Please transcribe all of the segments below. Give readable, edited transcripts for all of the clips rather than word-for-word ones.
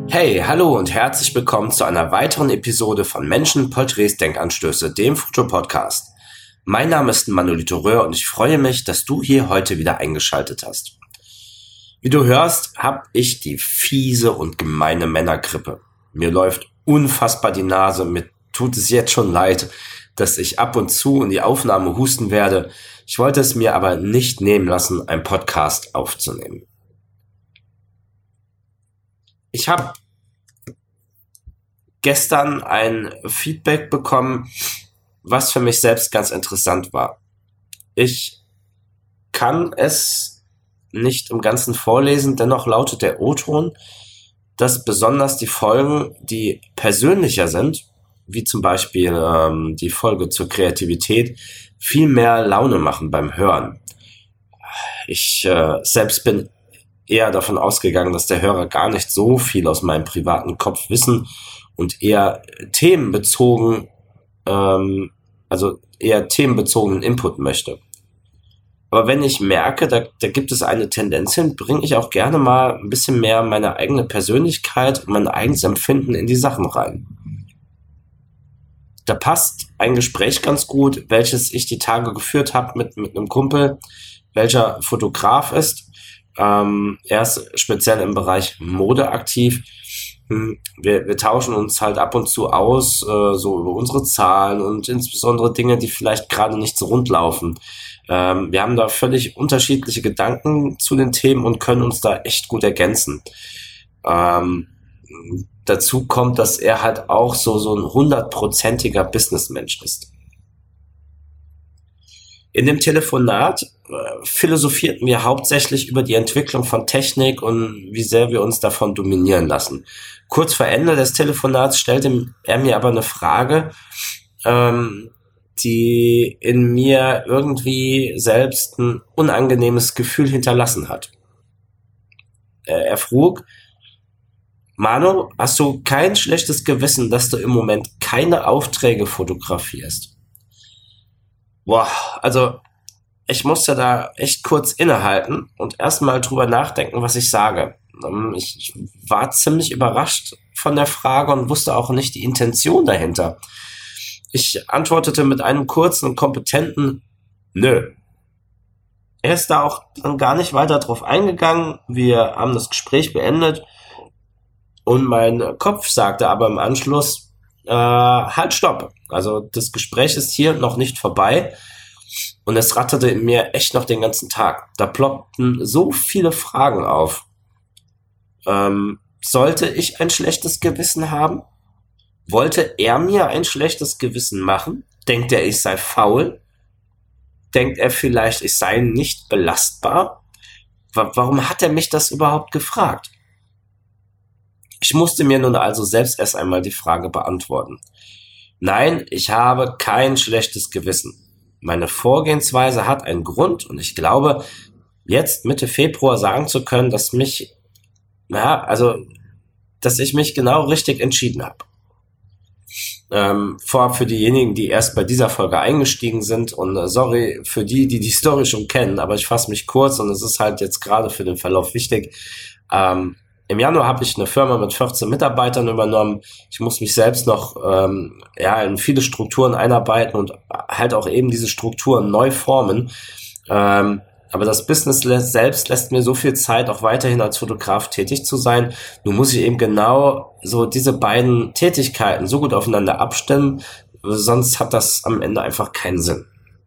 Hey, hallo und herzlich willkommen zu einer weiteren Episode von Menschen, Porträts, Denkanstöße, dem Future-Podcast. Mein Name ist Manolito Röhr und ich freue mich, dass du hier heute wieder eingeschaltet hast. Wie du hörst, habe ich die fiese und gemeine Männergrippe. Mir läuft unfassbar die Nase, mir tut es jetzt schon leid, dass ich ab und zu in die Aufnahme husten werde. Ich wollte es mir aber nicht nehmen lassen, einen Podcast aufzunehmen. Ich habe gestern ein Feedback bekommen, was für mich selbst ganz interessant war. Ich kann es nicht im Ganzen vorlesen, dennoch lautet der O-Ton, dass besonders die Folgen, die persönlicher sind, wie zum Beispiel die Folge zur Kreativität, viel mehr Laune machen beim Hören. Ich selbst bin eher davon ausgegangen, dass der Hörer gar nicht so viel aus meinem privaten Kopf wissen und eher themenbezogenen Input möchte. Aber wenn ich merke, da gibt es eine Tendenz hin, bringe ich auch gerne mal ein bisschen mehr meine eigene Persönlichkeit und mein eigenes Empfinden in die Sachen rein. Da passt ein Gespräch ganz gut, welches ich die Tage geführt habe mit einem Kumpel, welcher Fotograf ist. Er ist speziell im Bereich Mode aktiv. Wir tauschen uns halt ab und zu aus, so über unsere Zahlen und insbesondere Dinge, die vielleicht gerade nicht so rund laufen. Wir haben da völlig unterschiedliche Gedanken zu den Themen und können uns da echt gut ergänzen. Dazu kommt, dass er halt auch so ein 100%iger Businessmensch ist. In dem Telefonat philosophierten wir hauptsächlich über die Entwicklung von Technik und wie sehr wir uns davon dominieren lassen. Kurz vor Ende des Telefonats stellte er mir aber eine Frage, die in mir irgendwie selbst ein unangenehmes Gefühl hinterlassen hat. Er frug: Manu, hast du kein schlechtes Gewissen, dass du im Moment keine Aufträge fotografierst? Boah, also ich musste da echt kurz innehalten und erstmal drüber nachdenken, was ich sage. Ich war ziemlich überrascht von der Frage und wusste auch nicht die Intention dahinter. Ich antwortete mit einem kurzen und kompetenten Nö. Er ist da auch dann gar nicht weiter drauf eingegangen. Wir haben das Gespräch beendet und mein Kopf sagte aber im Anschluss, halt, stopp. Also das Gespräch ist hier noch nicht vorbei. Und es ratterte in mir echt noch den ganzen Tag. Da ploppten so viele Fragen auf. Sollte ich ein schlechtes Gewissen haben? Wollte er mir ein schlechtes Gewissen machen? Denkt er, ich sei faul? Denkt er vielleicht, ich sei nicht belastbar? Warum hat er mich das überhaupt gefragt? Ich musste mir nun also selbst erst einmal die Frage beantworten. Nein, ich habe kein schlechtes Gewissen. Meine Vorgehensweise hat einen Grund und ich glaube, jetzt Mitte Februar sagen zu können, dass ich mich genau richtig entschieden habe. Vorab für diejenigen, die erst bei dieser Folge eingestiegen sind und sorry für die Story schon kennen, aber ich fasse mich kurz und es ist halt jetzt gerade für den Verlauf wichtig. Im Januar habe ich eine Firma mit 14 Mitarbeitern übernommen. Ich muss mich selbst noch in viele Strukturen einarbeiten und halt auch eben diese Strukturen neu formen. Aber das Business selbst lässt mir so viel Zeit, auch weiterhin als Fotograf tätig zu sein. Nun muss ich eben genau so diese beiden Tätigkeiten so gut aufeinander abstimmen, sonst hat das am Ende einfach keinen Sinn.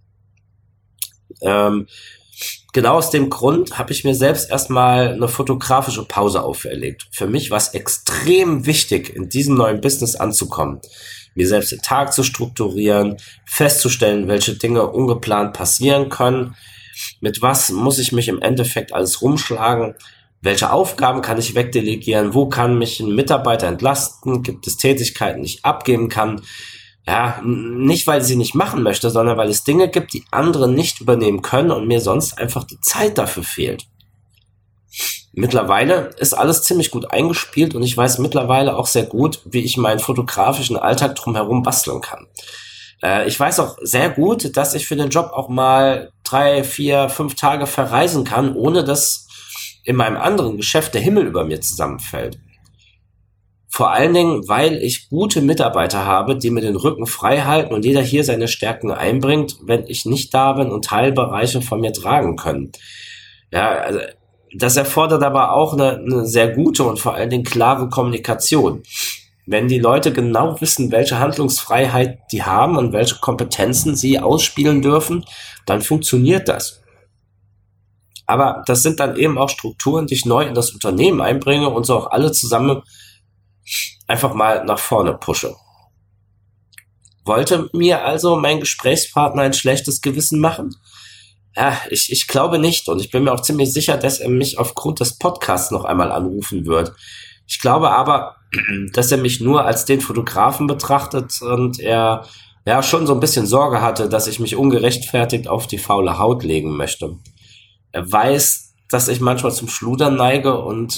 Genau aus dem Grund habe ich mir selbst erstmal eine fotografische Pause auferlegt. Für mich war es extrem wichtig, in diesem neuen Business anzukommen, mir selbst den Tag zu strukturieren, festzustellen, welche Dinge ungeplant passieren können, mit was muss ich mich im Endeffekt alles rumschlagen, welche Aufgaben kann ich wegdelegieren, wo kann mich ein Mitarbeiter entlasten, gibt es Tätigkeiten, die ich abgeben kann. Ja, nicht, weil ich sie nicht machen möchte, sondern weil es Dinge gibt, die andere nicht übernehmen können und mir sonst einfach die Zeit dafür fehlt. Mittlerweile ist alles ziemlich gut eingespielt und ich weiß mittlerweile auch sehr gut, wie ich meinen fotografischen Alltag drumherum basteln kann. Ich weiß auch sehr gut, dass ich für den Job auch mal 3, 4, 5 Tage verreisen kann, ohne dass in meinem anderen Geschäft der Himmel über mir zusammenfällt. Vor allen Dingen, weil ich gute Mitarbeiter habe, die mir den Rücken frei halten und jeder hier seine Stärken einbringt, wenn ich nicht da bin und Teilbereiche von mir tragen können. Ja, also das erfordert aber auch eine sehr gute und vor allen Dingen klare Kommunikation. Wenn die Leute genau wissen, welche Handlungsfreiheit die haben und welche Kompetenzen sie ausspielen dürfen, dann funktioniert das. Aber das sind dann eben auch Strukturen, die ich neu in das Unternehmen einbringe und so auch alle zusammen einfach mal nach vorne pushe. Wollte mir also mein Gesprächspartner ein schlechtes Gewissen machen? Ja, ich glaube nicht und ich bin mir auch ziemlich sicher, dass er mich aufgrund des Podcasts noch einmal anrufen wird. Ich glaube aber, dass er mich nur als den Fotografen betrachtet und er ja schon so ein bisschen Sorge hatte, dass ich mich ungerechtfertigt auf die faule Haut legen möchte. Er weiß, dass ich manchmal zum Schludern neige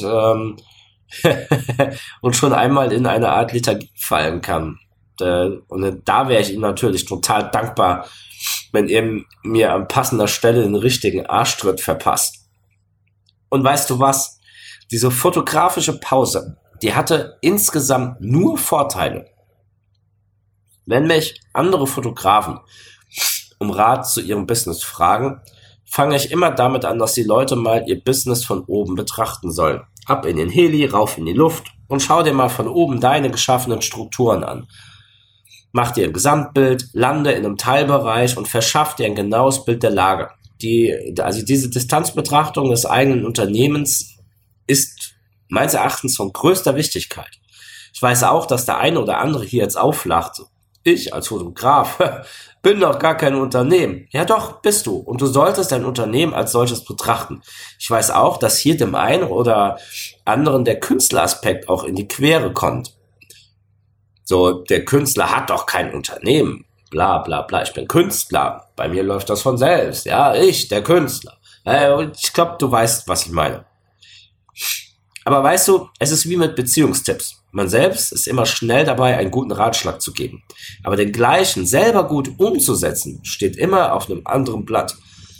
und schon einmal in eine Art Lethargie fallen kann. Und da wäre ich ihm natürlich total dankbar, wenn er mir an passender Stelle den richtigen Arschtritt verpasst. Und weißt du was? Diese fotografische Pause, die hatte insgesamt nur Vorteile. Wenn mich andere Fotografen um Rat zu ihrem Business fragen, fange ich immer damit an, dass die Leute mal ihr Business von oben betrachten sollen. Ab in den Heli, rauf in die Luft und schau dir mal von oben deine geschaffenen Strukturen an. Mach dir ein Gesamtbild, lande in einem Teilbereich und verschaff dir ein genaues Bild der Lage. Diese Distanzbetrachtung des eigenen Unternehmens ist meines Erachtens von größter Wichtigkeit. Ich weiß auch, dass der eine oder andere hier jetzt auflacht. Ich als Fotograf bin doch gar kein Unternehmen. Ja doch, bist du. Und du solltest dein Unternehmen als solches betrachten. Ich weiß auch, dass hier dem einen oder anderen der Künstleraspekt auch in die Quere kommt. So, der Künstler hat doch kein Unternehmen. Bla bla bla, ich bin Künstler. Bei mir läuft das von selbst. Ja, ich, der Künstler. Ich glaube, du weißt, was ich meine. Aber weißt du, es ist wie mit Beziehungstipps. Man selbst ist immer schnell dabei, einen guten Ratschlag zu geben. Aber den gleichen selber gut umzusetzen, steht immer auf einem anderen Blatt.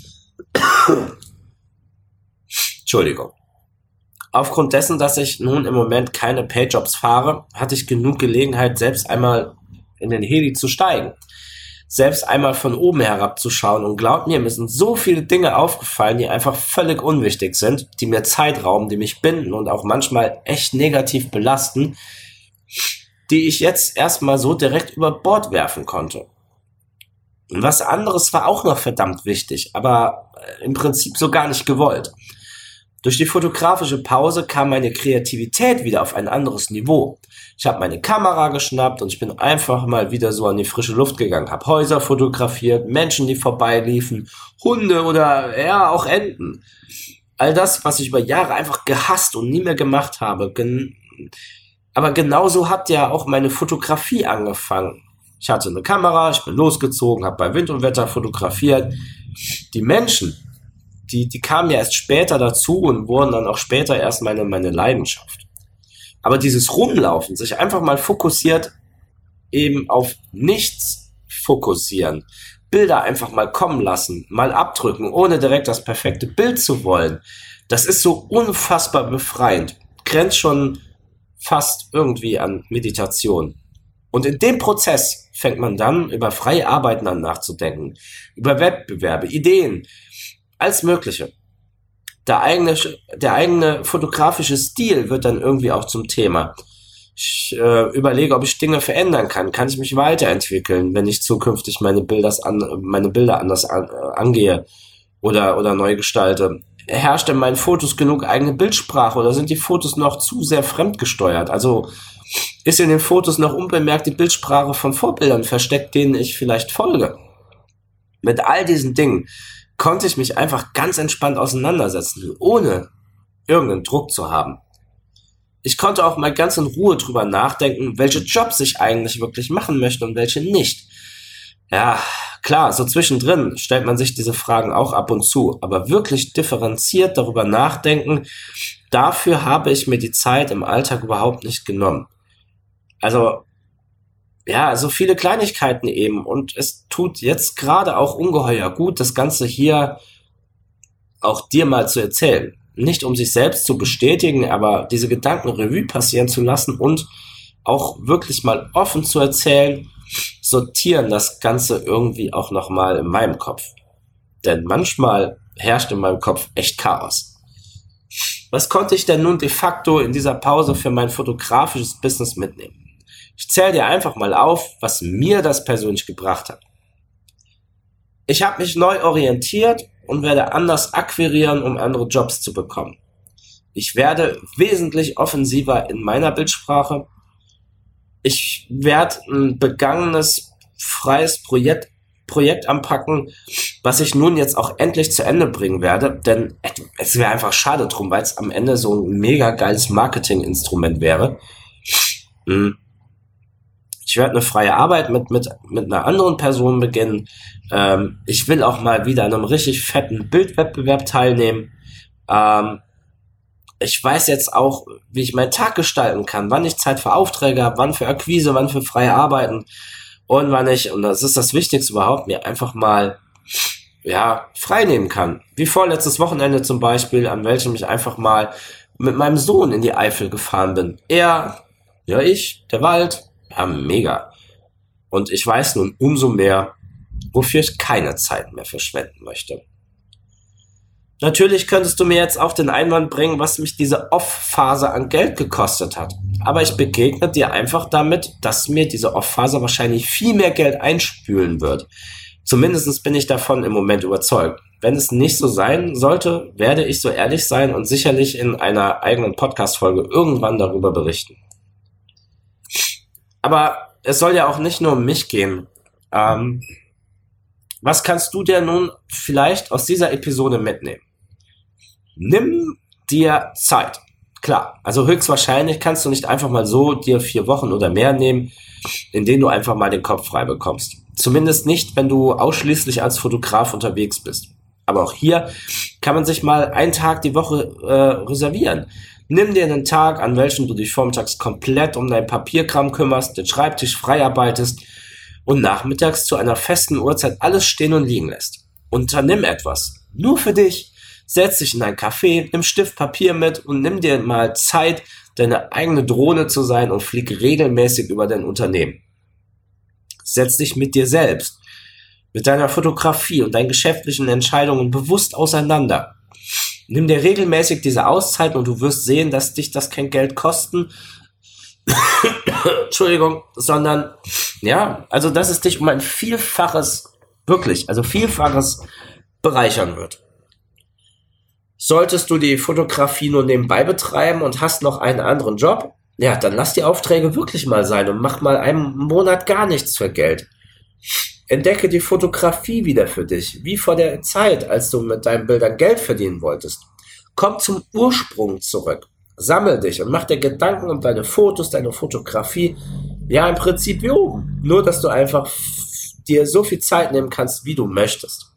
Entschuldigung. Aufgrund dessen, dass ich nun im Moment keine Payjobs fahre, hatte ich genug Gelegenheit, selbst einmal in den Heli zu steigen. Selbst einmal von oben herabzuschauen. Und glaubt mir sind so viele Dinge aufgefallen, die einfach völlig unwichtig sind, die mir Zeit rauben, die mich binden und auch manchmal echt negativ belasten, die ich jetzt erstmal so direkt über Bord werfen konnte. Und was anderes war auch noch verdammt wichtig, aber im Prinzip so gar nicht gewollt. Durch die fotografische Pause kam meine Kreativität wieder auf ein anderes Niveau. Ich habe meine Kamera geschnappt und ich bin einfach mal wieder so an die frische Luft gegangen, habe Häuser fotografiert, Menschen, die vorbeiliefen, Hunde oder ja, auch Enten. All das, was ich über Jahre einfach gehasst und nie mehr gemacht habe. Aber genauso hat ja auch meine Fotografie angefangen. Ich hatte eine Kamera, ich bin losgezogen, habe bei Wind und Wetter fotografiert. Die Menschen, die kamen ja erst später dazu und wurden dann auch später erst meine Leidenschaft. Aber dieses Rumlaufen, sich einfach mal fokussiert, eben auf nichts fokussieren, Bilder einfach mal kommen lassen, mal abdrücken, ohne direkt das perfekte Bild zu wollen, das ist so unfassbar befreiend. Grenzt schon fast irgendwie an Meditation. Und in dem Prozess fängt man dann über freie Arbeiten an nachzudenken, über Wettbewerbe, Ideen, alles Mögliche. Der eigene fotografische Stil wird dann irgendwie auch zum Thema. Ich überlege, ob ich Dinge verändern kann. Kann ich mich weiterentwickeln, wenn ich zukünftig meine Bilder anders angehe oder neu gestalte? Herrscht in meinen Fotos genug eigene Bildsprache oder sind die Fotos noch zu sehr fremdgesteuert? Also ist in den Fotos noch unbemerkt die Bildsprache von Vorbildern versteckt, denen ich vielleicht folge? Mit all diesen Dingen konnte ich mich einfach ganz entspannt auseinandersetzen, ohne irgendeinen Druck zu haben. Ich konnte auch mal ganz in Ruhe drüber nachdenken, welche Jobs ich eigentlich wirklich machen möchte und welche nicht. Ja, klar, so zwischendrin stellt man sich diese Fragen auch ab und zu, aber wirklich differenziert darüber nachdenken, dafür habe ich mir die Zeit im Alltag überhaupt nicht genommen. Also, ja, so viele Kleinigkeiten eben und es tut jetzt gerade auch ungeheuer gut, das Ganze hier auch dir mal zu erzählen. Nicht um sich selbst zu bestätigen, aber diese Gedanken Revue passieren zu lassen und auch wirklich mal offen zu erzählen, sortieren das Ganze irgendwie auch nochmal in meinem Kopf. Denn manchmal herrscht in meinem Kopf echt Chaos. Was konnte ich denn nun de facto in dieser Pause für mein fotografisches Business mitnehmen? Ich zähle dir einfach mal auf, was mir das persönlich gebracht hat. Ich habe mich neu orientiert und werde anders akquirieren, um andere Jobs zu bekommen. Ich werde wesentlich offensiver in meiner Bildsprache. Ich werde ein begangenes, freies Projekt anpacken, was ich nun jetzt auch endlich zu Ende bringen werde, denn es wäre einfach schade drum, weil es am Ende so ein mega geiles Marketinginstrument wäre. Ich werde eine freie Arbeit mit einer anderen Person beginnen. Ich will auch mal wieder an einem richtig fetten Bildwettbewerb teilnehmen. Ich weiß jetzt auch, wie ich meinen Tag gestalten kann, wann ich Zeit für Aufträge habe, wann für Akquise, wann für freie Arbeiten und wann ich, und das ist das Wichtigste überhaupt, mir einfach mal frei nehmen kann. Wie vorletztes Wochenende zum Beispiel, an welchem ich einfach mal mit meinem Sohn in die Eifel gefahren bin. Ich, der Wald, ja, mega. Und ich weiß nun umso mehr, wofür ich keine Zeit mehr verschwenden möchte. Natürlich könntest du mir jetzt auch den Einwand bringen, was mich diese Off-Phase an Geld gekostet hat. Aber ich begegne dir einfach damit, dass mir diese Off-Phase wahrscheinlich viel mehr Geld einspülen wird. Zumindest bin ich davon im Moment überzeugt. Wenn es nicht so sein sollte, werde ich so ehrlich sein und sicherlich in einer eigenen Podcast-Folge irgendwann darüber berichten. Aber es soll ja auch nicht nur um mich gehen. Was kannst du dir nun vielleicht aus dieser Episode mitnehmen? Nimm dir Zeit. Klar, also höchstwahrscheinlich kannst du nicht einfach mal so dir 4 Wochen oder mehr nehmen, in denen du einfach mal den Kopf frei bekommst. Zumindest nicht, wenn du ausschließlich als Fotograf unterwegs bist. Aber auch hier kann man sich mal einen Tag die Woche reservieren. Nimm dir einen Tag, an welchem du dich vormittags komplett um dein Papierkram kümmerst, den Schreibtisch frei arbeitest und nachmittags zu einer festen Uhrzeit alles stehen und liegen lässt. Unternimm etwas. Nur für dich. Setz dich in ein Café, nimm Stift, Papier mit und nimm dir mal Zeit, deine eigene Drohne zu sein und flieg regelmäßig über dein Unternehmen. Setz dich mit dir selbst, mit deiner Fotografie und deinen geschäftlichen Entscheidungen bewusst auseinander. Nimm dir regelmäßig diese Auszeiten und du wirst sehen, dass dich das kein Geld kosten, Entschuldigung, sondern, also dass es dich um ein Vielfaches, wirklich, also Vielfaches bereichern wird. Solltest du die Fotografie nur nebenbei betreiben und hast noch einen anderen Job, dann lass die Aufträge wirklich mal sein und mach mal einen Monat gar nichts für Geld. Entdecke die Fotografie wieder für dich, wie vor der Zeit, als du mit deinen Bildern Geld verdienen wolltest. Komm zum Ursprung zurück, sammel dich und mach dir Gedanken um deine Fotos, deine Fotografie, im Prinzip wie oben. Nur, dass du einfach dir so viel Zeit nehmen kannst, wie du möchtest.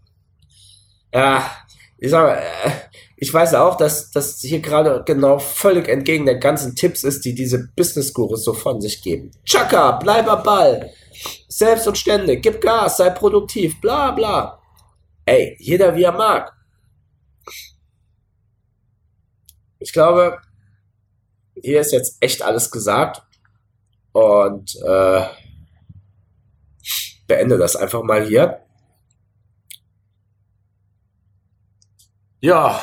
Ich weiß auch, dass das hier gerade genau völlig entgegen der ganzen Tipps ist, die diese Business-Gurus so von sich geben. Chaka, bleib am Ball, selbst und ständig, gib Gas, sei produktiv, bla bla. Ey, jeder wie er mag. Ich glaube, hier ist jetzt echt alles gesagt und beende das einfach mal hier. Ja,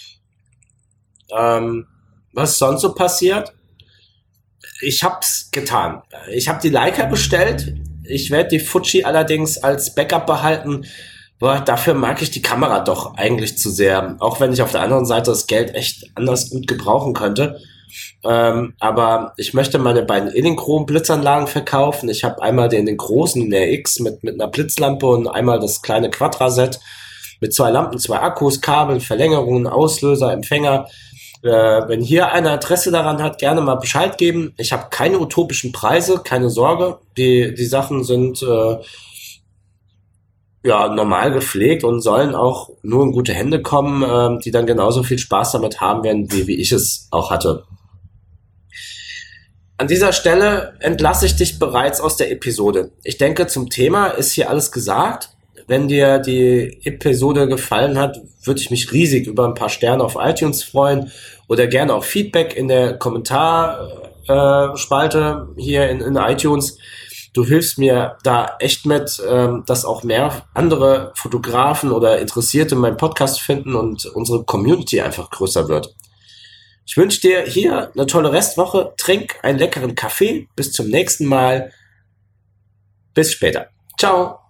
was ist sonst so passiert? Ich hab's getan. Ich habe die Leica bestellt. Ich werde die Fuji allerdings als Backup behalten. Boah, dafür mag ich die Kamera doch eigentlich zu sehr. Auch wenn ich auf der anderen Seite das Geld echt anders gut gebrauchen könnte. Aber ich möchte meine beiden Elinchrom-Blitzanlagen verkaufen. Ich habe einmal den großen, den RX mit einer Blitzlampe und einmal das kleine Quadra-Set mit 2 Lampen, 2 Akkus, Kabel, Verlängerungen, Auslöser, Empfänger. Wenn hier eine Adresse daran hat, gerne mal Bescheid geben. Ich habe keine utopischen Preise, keine Sorge. Die Sachen sind normal gepflegt und sollen auch nur in gute Hände kommen, die dann genauso viel Spaß damit haben werden, wie ich es auch hatte. An dieser Stelle entlasse ich dich bereits aus der Episode. Ich denke, zum Thema ist hier alles gesagt. Wenn dir die Episode gefallen hat, würde ich mich riesig über ein paar Sterne auf iTunes freuen oder gerne auch Feedback in der Kommentar-Spalte hier in iTunes. Du hilfst mir da echt mit, dass auch mehr andere Fotografen oder Interessierte meinen Podcast finden und unsere Community einfach größer wird. Ich wünsche dir hier eine tolle Restwoche. Trink einen leckeren Kaffee. Bis zum nächsten Mal. Bis später. Ciao.